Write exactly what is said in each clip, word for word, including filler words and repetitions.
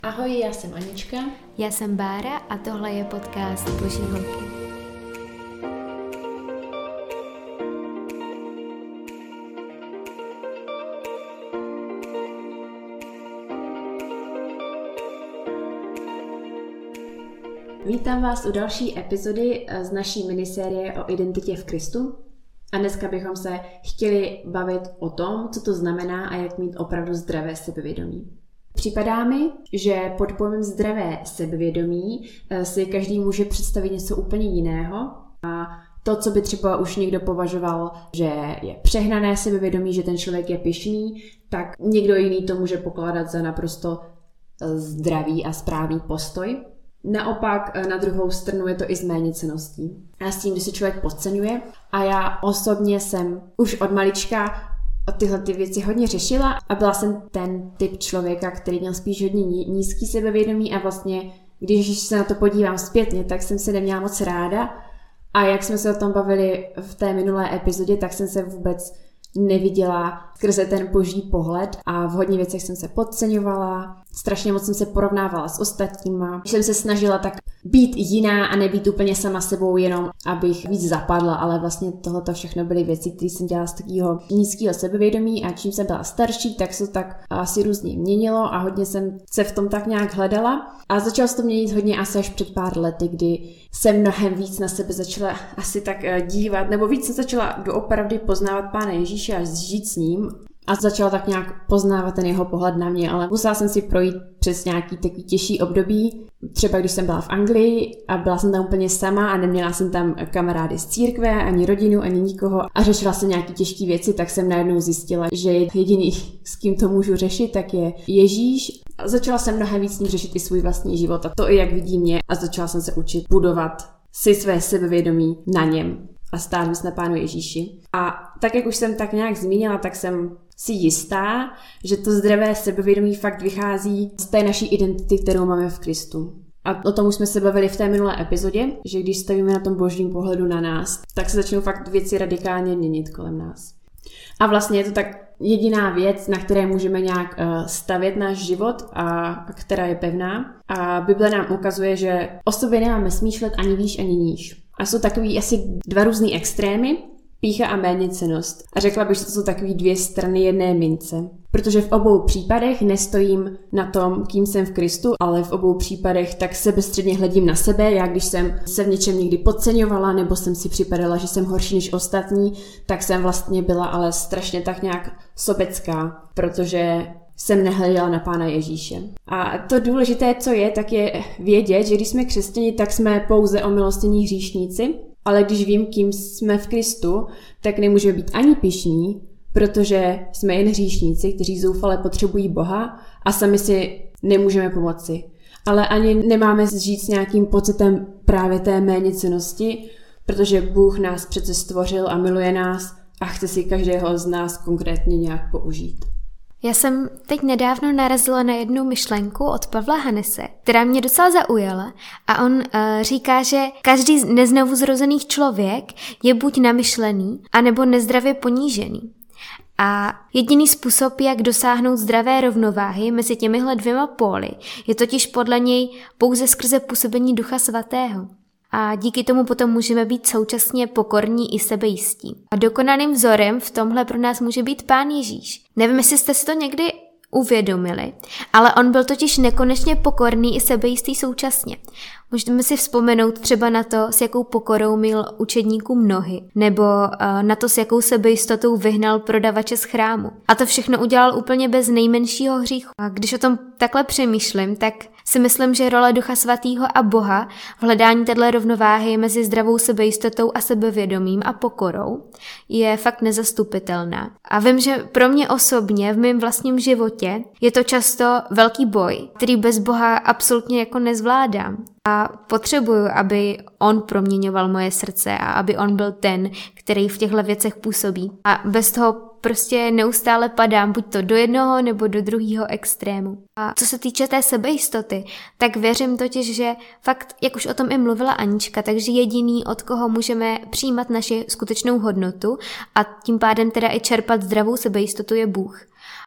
Ahoj, já jsem Anička. Já jsem Bára a tohle je podcast Boží holky. Vítám vás u další epizody z naší minisérie o identitě v Kristu. A dneska bychom se chtěli bavit o tom, co to znamená a jak mít opravdu zdravé sebevědomí. Připadá mi, že pod pojmem zdravé sebevědomí si každý může představit něco úplně jiného a to, co by třeba už někdo považoval, že je přehnané sebevědomí, že ten člověk je pyšný, tak někdo jiný to může pokládat za naprosto zdravý a správný postoj. Naopak na druhou stranu je to i zméněcenností. A s tím, že se člověk podceňuje. A já osobně jsem už od malička tyhle ty věci hodně řešila a byla jsem ten typ člověka, který měl spíš hodně nízký sebevědomí a vlastně, když se na to podívám zpětně, tak jsem se neměla moc ráda. A jak jsme se o tom bavili v té minulé epizodě, tak jsem se vůbec neviděla skrze ten boží pohled a v hodně věcech jsem se podceňovala, strašně moc jsem se porovnávala s ostatníma. Když jsem se snažila tak být jiná a nebýt úplně sama sebou, jenom abych víc zapadla, ale vlastně tohleto všechno byly věci, které jsem dělala z takového nízkého sebevědomí a čím jsem byla starší, tak se to tak asi různě měnilo a hodně jsem se v tom tak nějak hledala a začala se to měnit hodně asi až před pár lety, kdy jsem mnohem víc na sebe začala asi tak dívat, nebo víc jsem začala doopravdy poznávat Pána Ježíše a žít s ním. A začala tak nějak poznávat ten jeho pohled na mě, ale musela jsem si projít přes nějaký takový těžší období. Třeba když jsem byla v Anglii a byla jsem tam úplně sama a neměla jsem tam kamarády z církve, ani rodinu, ani nikoho a řešila jsem nějaký těžké věci, tak jsem najednou zjistila, že jediný, s kým to můžu řešit, tak je Ježíš. A začala jsem mnohem víc s ním řešit i svůj vlastní život a to i jak vidí mě a začala jsem se učit budovat si své sebevědomí na něm a stát víc na Pánu Ježíši. A tak, jak už jsem tak nějak zmínila, tak jsem si jistá, že to zdravé sebevědomí fakt vychází z té naší identity, kterou máme v Kristu. A o tom už jsme se bavili v té minulé epizodě, že když stavíme na tom božím pohledu na nás, tak se začnou fakt věci radikálně měnit kolem nás. A vlastně je to tak jediná věc, na které můžeme nějak stavět náš život a která je pevná. A Bible nám ukazuje, že o sobě nemáme smýšlet ani výš, ani níž. A jsou takový asi dva různý extrémy, pýcha a méněcennost. A řekla bych, že to jsou takový dvě strany jedné mince. Protože v obou případech nestojím na tom, kým jsem v Kristu, ale v obou případech tak sebestředně hledím na sebe. Já když jsem se v něčem někdy podceňovala, nebo jsem si připadala, že jsem horší než ostatní, tak jsem vlastně byla ale strašně tak nějak sobecká, protože jsem nehleděla na Pána Ježíše. A to důležité, co je, tak je vědět, že když jsme křesťani, tak jsme pouze omilostnění hříšníci, ale když vím, kým jsme v Kristu, tak nemůžeme být ani pyšní, protože jsme jen hříšníci, kteří zoufale potřebují Boha a sami si nemůžeme pomoci. Ale ani nemáme žít s nějakým pocitem právě té méněcennosti, protože Bůh nás přece stvořil a miluje nás a chce si každého z nás konkrétně nějak použít. Já jsem teď nedávno narazila na jednu myšlenku od Pavla Hannese, která mě docela zaujala a on uh, říká, že každý neznovuzrozený člověk je buď namyšlený, anebo nezdravě ponížený. A jediný způsob, jak dosáhnout zdravé rovnováhy mezi těmihle dvěma póly, je totiž podle něj pouze skrze působení Ducha Svatého. A díky tomu potom můžeme být současně pokorní i sebejistí. A dokonalým vzorem v tomhle pro nás může být Pán Ježíš. Nevím, jestli jste si to někdy uvědomili, ale on byl totiž nekonečně pokorný i sebejistý současně. Můžeme si vzpomenout třeba na to, s jakou pokorou myl učedníkům nohy, nebo uh, na to, s jakou sebejistotou vyhnal prodavače z chrámu. A to všechno udělal úplně bez nejmenšího hříchu. A když o tom takhle přemýšlím, tak si myslím, že role Ducha Svatého a Boha v hledání této rovnováhy mezi zdravou sebejistotou a sebevědomím a pokorou je fakt nezastupitelná. A vím, že pro mě osobně v mém vlastním životě je to často velký boj, který bez Boha absolutně jako nezvládám. A potřebuju, aby on proměňoval moje srdce a aby on byl ten, který v těchto věcech působí. A bez toho prostě neustále padám buď to do jednoho nebo do druhého extrému. A co se týče té sebejistoty, tak věřím totiž, že fakt, jak už o tom i mluvila Anička, takže jediný, od koho můžeme přijímat naši skutečnou hodnotu a tím pádem teda i čerpat zdravou sebejistotu, je Bůh.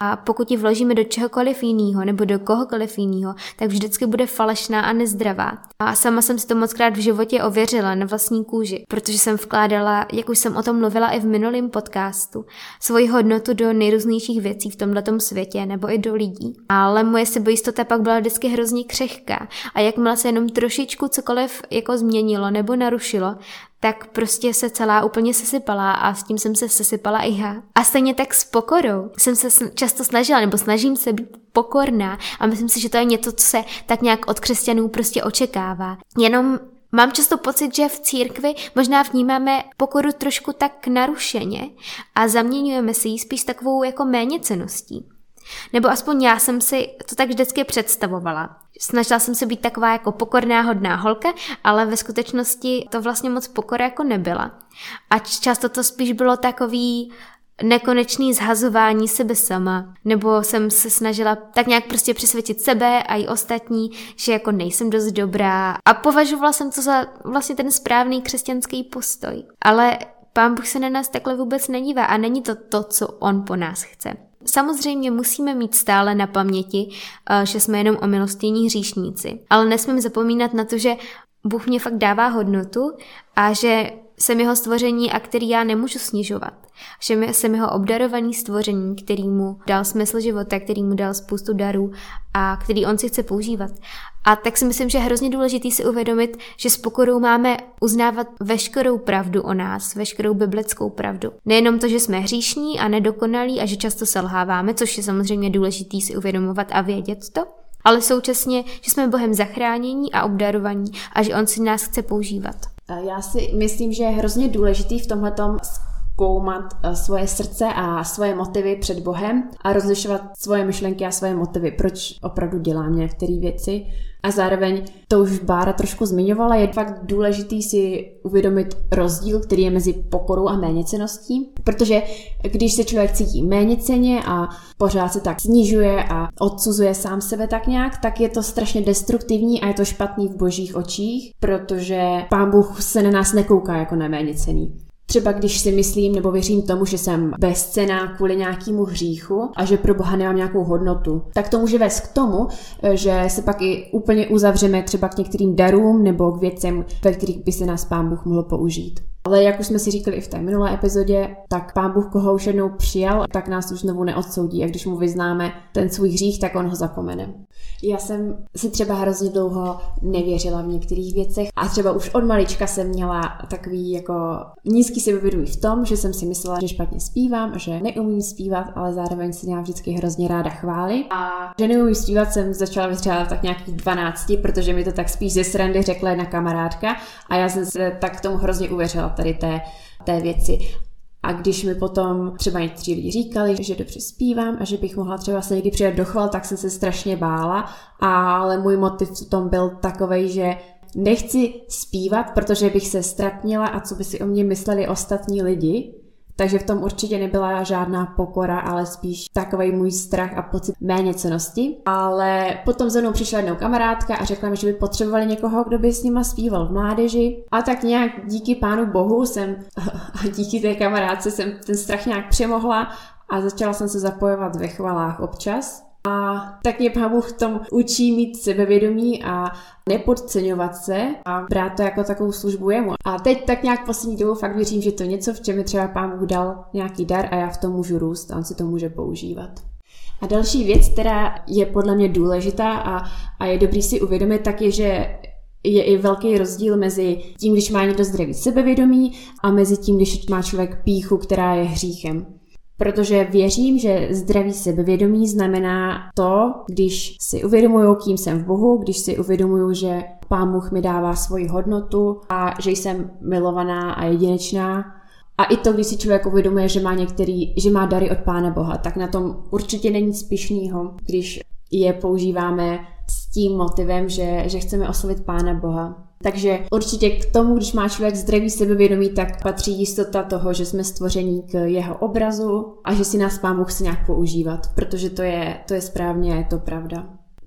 a pokud ji vložíme do čehokoliv jiného nebo do kohokoliv jiného, tak vždycky bude falešná a nezdravá. A sama jsem si to mockrát v životě ověřila na vlastní kůži, protože jsem vkládala, jak už jsem o tom mluvila i v minulém podcastu, svoji hodnotu do nejrůznějších věcí v tomhletom světě nebo i do lidí. Ale moje sebejistota pak byla vždycky hrozně křehká a jakmile se jenom trošičku cokoliv jako změnilo nebo narušilo, tak prostě se celá úplně sesypala a s tím jsem se sesypala i já. A stejně tak s pokorou jsem se často snažila, nebo snažím se být pokorná a myslím si, že to je něco, co se tak nějak od křesťanů prostě očekává. Jenom mám často pocit, že v církvi možná vnímáme pokoru trošku tak narušeně a zaměňujeme si ji spíš takovou jako méněcenností. Nebo aspoň já jsem si to tak vždycky představovala. Snažila jsem se být taková jako pokorná, hodná holka, ale ve skutečnosti to vlastně moc pokora jako nebyla. A často to spíš bylo takový nekonečný zhazování sebe sama, nebo jsem se snažila tak nějak prostě přesvědčit sebe a i ostatní, že jako nejsem dost dobrá a považovala jsem to za vlastně ten správný křesťanský postoj. Ale Pán Bůh se na nás takhle vůbec nedívá a není to to, co on po nás chce. Samozřejmě musíme mít stále na paměti, že jsme jenom omilostnění hříšníci, ale nesmím zapomínat na to, že Bůh mě fakt dává hodnotu a že jsem jeho stvoření a který já nemůžu snižovat. Že jsem jeho obdarovaný stvoření, který mu dal smysl života, který mu dal spoustu darů a který on si chce používat. A tak si myslím, že je hrozně důležitý si uvědomit, že s pokorou máme uznávat veškerou pravdu o nás, veškerou biblickou pravdu. Nejenom to, že jsme hříšní a nedokonalí a že často selháváme, což je samozřejmě důležitý si uvědomovat a vědět to, ale současně, že jsme Bohem zachránění a obdarovaní a že on si nás chce používat. Já si myslím, že je hrozně důležitý v tomhletom zkoumat svoje srdce a svoje motivy před Bohem a rozlišovat svoje myšlenky a svoje motivy, proč opravdu dělám některé věci. A zároveň, to už Bára trošku zmiňovala, je fakt důležitý si uvědomit rozdíl, který je mezi pokorou a méněcenností, protože když se člověk cítí méněcenně a pořád se tak snižuje a odsuzuje sám sebe tak nějak, tak je to strašně destruktivní a je to špatný v božích očích, protože Pán Bůh se na nás nekouká jako na méněcenný. Třeba když si myslím nebo věřím tomu, že jsem bezcenná kvůli nějakému hříchu a že pro Boha nemám nějakou hodnotu, tak to může vést k tomu, že se pak i úplně uzavřeme třeba k některým darům nebo k věcem, ve kterých by se nás Pán Bůh mohl použít. Ale jak už jsme si říkali i v té minulé epizodě, tak Pán Bůh, koho už jednou přijal, tak nás už znovu neodsoudí. A když mu vyznáme ten svůj hřích, tak on ho zapomene. Já jsem si třeba hrozně dlouho nevěřila v některých věcech a třeba už od malička jsem měla takový jako nízký sebevědomí v tom, že jsem si myslela, že špatně zpívám, že neumím zpívat, ale zároveň se měla vždycky hrozně ráda chválit. A že neumím zpívat jsem začala vyřádat tak nějakých dvanácti, protože mi to tak spíš ze srandy řekla jedna kamarádka a já jsem se tak tomu hrozně uvěřila tady té, té věci. A když mi potom třeba někteří lidi říkali, že dobře zpívám a že bych mohla třeba se někdy přidat do chval, tak jsem se strašně bála, ale můj motiv v tom byl takovej, že nechci zpívat, protože bych se ztrapnila a co by si o mě mysleli ostatní lidi. Takže v tom určitě nebyla žádná pokora, ale spíš takovej můj strach a pocit méněcennosti. Ale potom za mnou přišla jednou kamarádka a řekla mi, že by potřebovali někoho, kdo by s nima zpíval v mládeži. A tak nějak díky Pánu Bohu jsem a díky té kamarádce jsem ten strach nějak přemohla a začala jsem se zapojovat ve chvalách občas. A tak mě Pán Bůh v tom učí mít sebevědomí a nepodceňovat se a brát to jako takovou službu jemu. A teď tak nějak poslední dobu fakt věřím, že to něco, v čem mi třeba Pán Bůh dal nějaký dar a já v tom můžu růst a on si to může používat. A další věc, která je podle mě důležitá a, a je dobrý si uvědomit, tak je, že je i velký rozdíl mezi tím, když má někdo zdravý sebevědomí a mezi tím, když má člověk pýchu, která je hříchem. Protože věřím, že zdravý sebevědomí znamená to, když si uvědomuju, kým jsem v Bohu, když si uvědomuju, že Pán Bůh mi dává svoji hodnotu a že jsem milovaná a jedinečná. A i to, když si člověk uvědomuje, že má některý, že má dary od Pána Boha, tak na tom určitě není nic pyšného, když je používáme s tím motivem, že, že chceme oslavit Pána Boha. Takže určitě k tomu, když má člověk zdravý sebevědomí, tak patří jistota toho, že jsme stvoření k jeho obrazu a že si nás Pán Bůh chce nějak používat, protože to je, to je správně a je to pravda.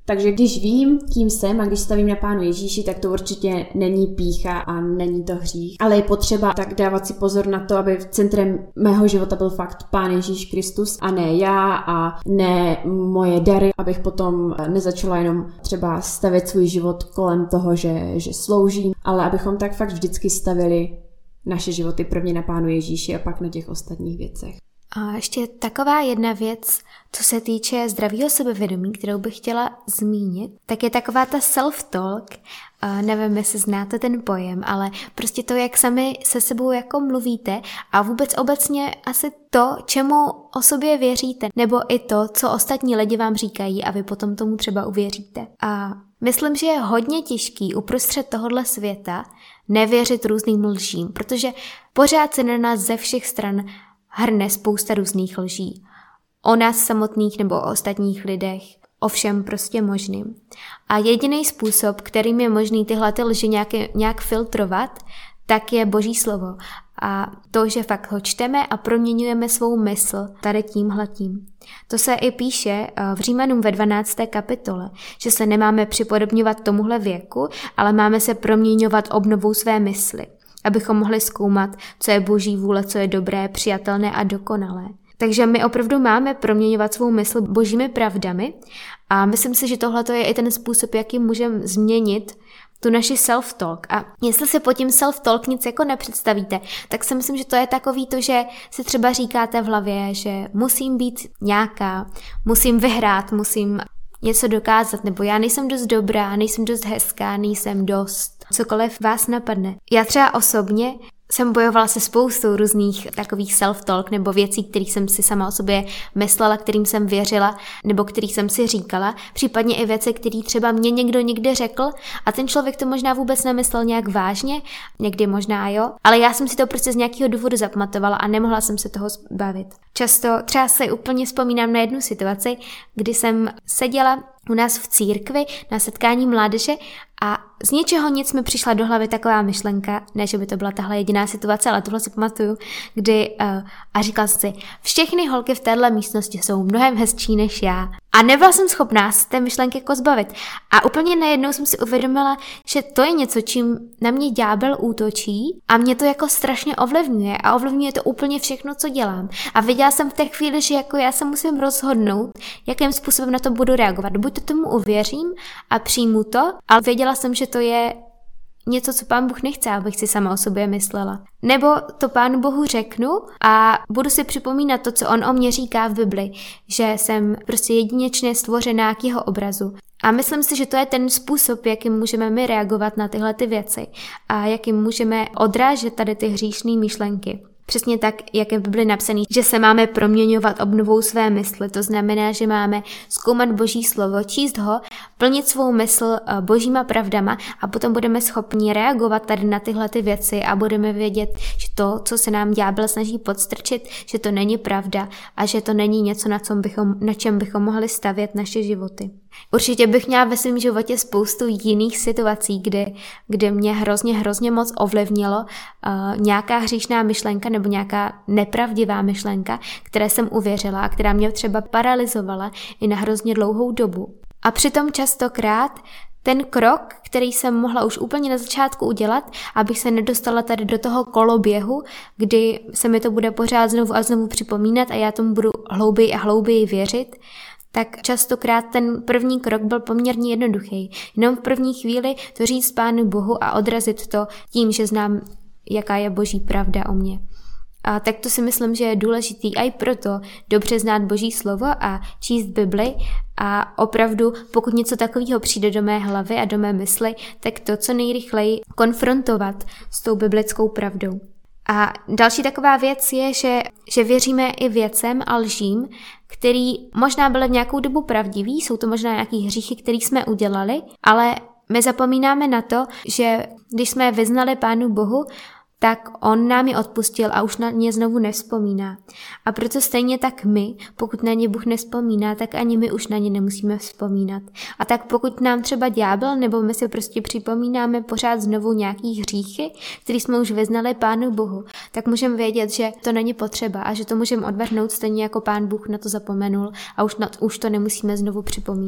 Takže když vím, kým jsem a když stavím na Pánu Ježíši, tak to určitě není pýcha a není to hřích. Ale je potřeba tak dávat si pozor na to, aby v centrem mého života byl fakt Pán Ježíš Kristus a ne já a ne moje dary, abych potom nezačala jenom třeba stavět svůj život kolem toho, že, že sloužím, ale abychom tak fakt vždycky stavili naše životy prvně na Pánu Ježíši a pak na těch ostatních věcech. A ještě taková jedna věc, co se týče zdravého sebevědomí, kterou bych chtěla zmínit, tak je taková ta self-talk. A nevím, jestli znáte ten pojem, ale prostě to, jak sami se sebou jako mluvíte a vůbec obecně asi to, čemu o sobě věříte, nebo i to, co ostatní lidi vám říkají a vy potom tomu třeba uvěříte. A myslím, že je hodně těžký uprostřed tohohle světa nevěřit různým lžím, protože pořád se na nás ze všech stran hrne spousta různých lží. O nás samotných nebo o ostatních lidech, o všem prostě možným. A jediný způsob, kterým je možný tyhle ty lži nějak, nějak filtrovat, tak je Boží slovo. A to, že fakt ho čteme a proměňujeme svou mysl tady tímhletím. To se i píše v Římanům ve dvanácté kapitole, že se nemáme připodobňovat tomuhle věku, ale máme se proměňovat obnovou své mysli, abychom mohli zkoumat, co je Boží vůle, co je dobré, přijatelné a dokonalé. Takže my opravdu máme proměňovat svou mysl božími pravdami a myslím si, že tohle je i ten způsob, jakým můžeme změnit tu naši self-talk. A jestli si pod tím self-talk nic jako nepředstavíte, tak si myslím, že to je takový to, že si třeba říkáte v hlavě, že musím být nějaká, musím vyhrát, musím něco dokázat, nebo já nejsem dost dobrá, nejsem dost hezká, nejsem dost, cokoliv vás napadne. Já třeba osobně jsem bojovala se spoustou různých takových self-talk nebo věcí, kterých jsem si sama o sobě myslela, kterým jsem věřila nebo kterých jsem si říkala, případně i věci, které třeba mě někdo někde řekl a ten člověk to možná vůbec nemyslel nějak vážně, někdy možná jo, ale já jsem si to prostě z nějakého důvodu zapamatovala a nemohla jsem se toho zbavit. Často třeba si úplně vzpomínám na jednu situaci, kdy jsem seděla u nás v církvi na setkání mládeže a z ničeho nic mi přišla do hlavy taková myšlenka, ne, že by to byla tahle jediná situace, ale tohle si pamatuju, kdy uh, a říkala jsem si, všechny holky v téhle místnosti jsou mnohem hezčí než já. A nebyla jsem schopná z té myšlenky jako zbavit. A úplně najednou jsem si uvědomila, že to je něco, čím na mě ďábel útočí a mě to jako strašně ovlivňuje a ovlivňuje to úplně všechno, co dělám. A viděla jsem v té chvíli, že jako já se musím rozhodnout, jakým způsobem na to budu reagovat. Buď to tomu uvěřím a přijmu to, ale věděla jsem, že to je něco, co Pán Bůh nechce, abych si sama o sobě myslela. Nebo to Pánu Bohu řeknu a budu si připomínat to, co on o mě říká v Bibli, že jsem prostě jedinečně stvořená k jeho obrazu. A myslím si, že to je ten způsob, jakým můžeme my reagovat na tyhle ty věci a jakým můžeme odrážet tady ty hříšné myšlenky. Přesně tak, jak je v Bibli napsaný, že se máme proměňovat obnovou své mysli. To znamená, že máme zkoumat Boží slovo, číst ho, plnit svou mysl božíma pravdama a potom budeme schopni reagovat tady na tyhle ty věci a budeme vědět, že to, co se nám ďábel snaží podstrčit, že to není pravda a že to není něco, na, čem bychom, na čem bychom mohli stavět naše životy. Určitě bych měla ve svém životě spoustu jiných situací, kdy, kdy mě hrozně, hrozně moc ovlivnilo uh, nějaká hříšná myšlenka nebo nějaká nepravdivá myšlenka, které jsem uvěřila a která mě třeba paralyzovala i na hrozně dlouhou dobu. A přitom častokrát ten krok, který jsem mohla už úplně na začátku udělat, abych se nedostala tady do toho koloběhu, kdy se mi to bude pořád znovu a znovu připomínat a já tomu budu hlouběji a hlouběji věřit, tak častokrát ten první krok byl poměrně jednoduchý. Jenom v první chvíli to říct Pánu Bohu a odrazit to tím, že znám, jaká je Boží pravda o mě. A tak to si myslím, že je důležitý a i proto dobře znát Boží slovo a číst Bibli a opravdu, pokud něco takového přijde do mé hlavy a do mé mysli, tak to co nejrychleji konfrontovat s tou biblickou pravdou. A další taková věc je, že, že věříme i věcem a lžím, který možná byly v nějakou dobu pravdivý, jsou to možná nějaký hříchy, které jsme udělali, ale my zapomínáme na to, že když jsme vyznali Pánu Bohu, tak on nám je odpustil a už na ně znovu nevzpomíná. A proto stejně tak my, pokud na ně Bůh nevzpomíná, tak ani my už na ně nemusíme vzpomínat. A tak pokud nám třeba ďábel, nebo my si prostě připomínáme pořád znovu nějaký hříchy, který jsme už vyznali Pánu Bohu, tak můžeme vědět, že to není potřeba a že to můžeme odvrhnout stejně jako Pán Bůh na to zapomenul a už, na, už to nemusíme znovu připomínat.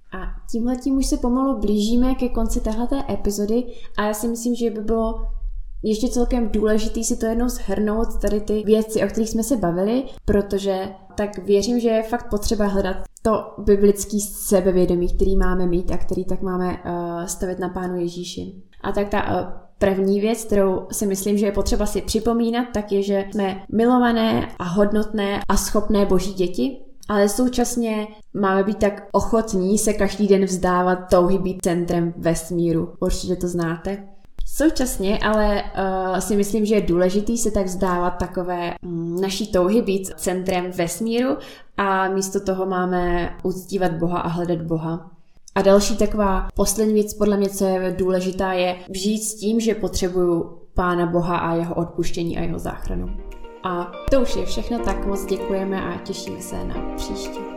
A tímhletím už se pomalu blížíme ke konci téhleté epizody a já si myslím, že by bylo ještě celkem důležitý si to jednou shrnout, tady ty věci, o kterých jsme se bavili, protože tak věřím, že je fakt potřeba hledat to biblický sebevědomí, který máme mít a který tak máme uh, stavět na Pánu Ježíši. A tak ta uh, první věc, kterou si myslím, že je potřeba si připomínat, tak je, že jsme milované a hodnotné a schopné Boží děti, ale současně máme být tak ochotní se každý den vzdávat touhy být centrem vesmíru. Určitě to znáte. Současně ale uh, si myslím, že je důležitý se tak vzdávat takové um, naší touhy být centrem vesmíru a místo toho máme uctívat Boha a hledat Boha. A další taková poslední věc, podle mě, co je důležitá, je žít s tím, že potřebuju Pána Boha a jeho odpuštění a jeho záchranu. A to už je všechno, tak moc děkujeme a těším se na příště.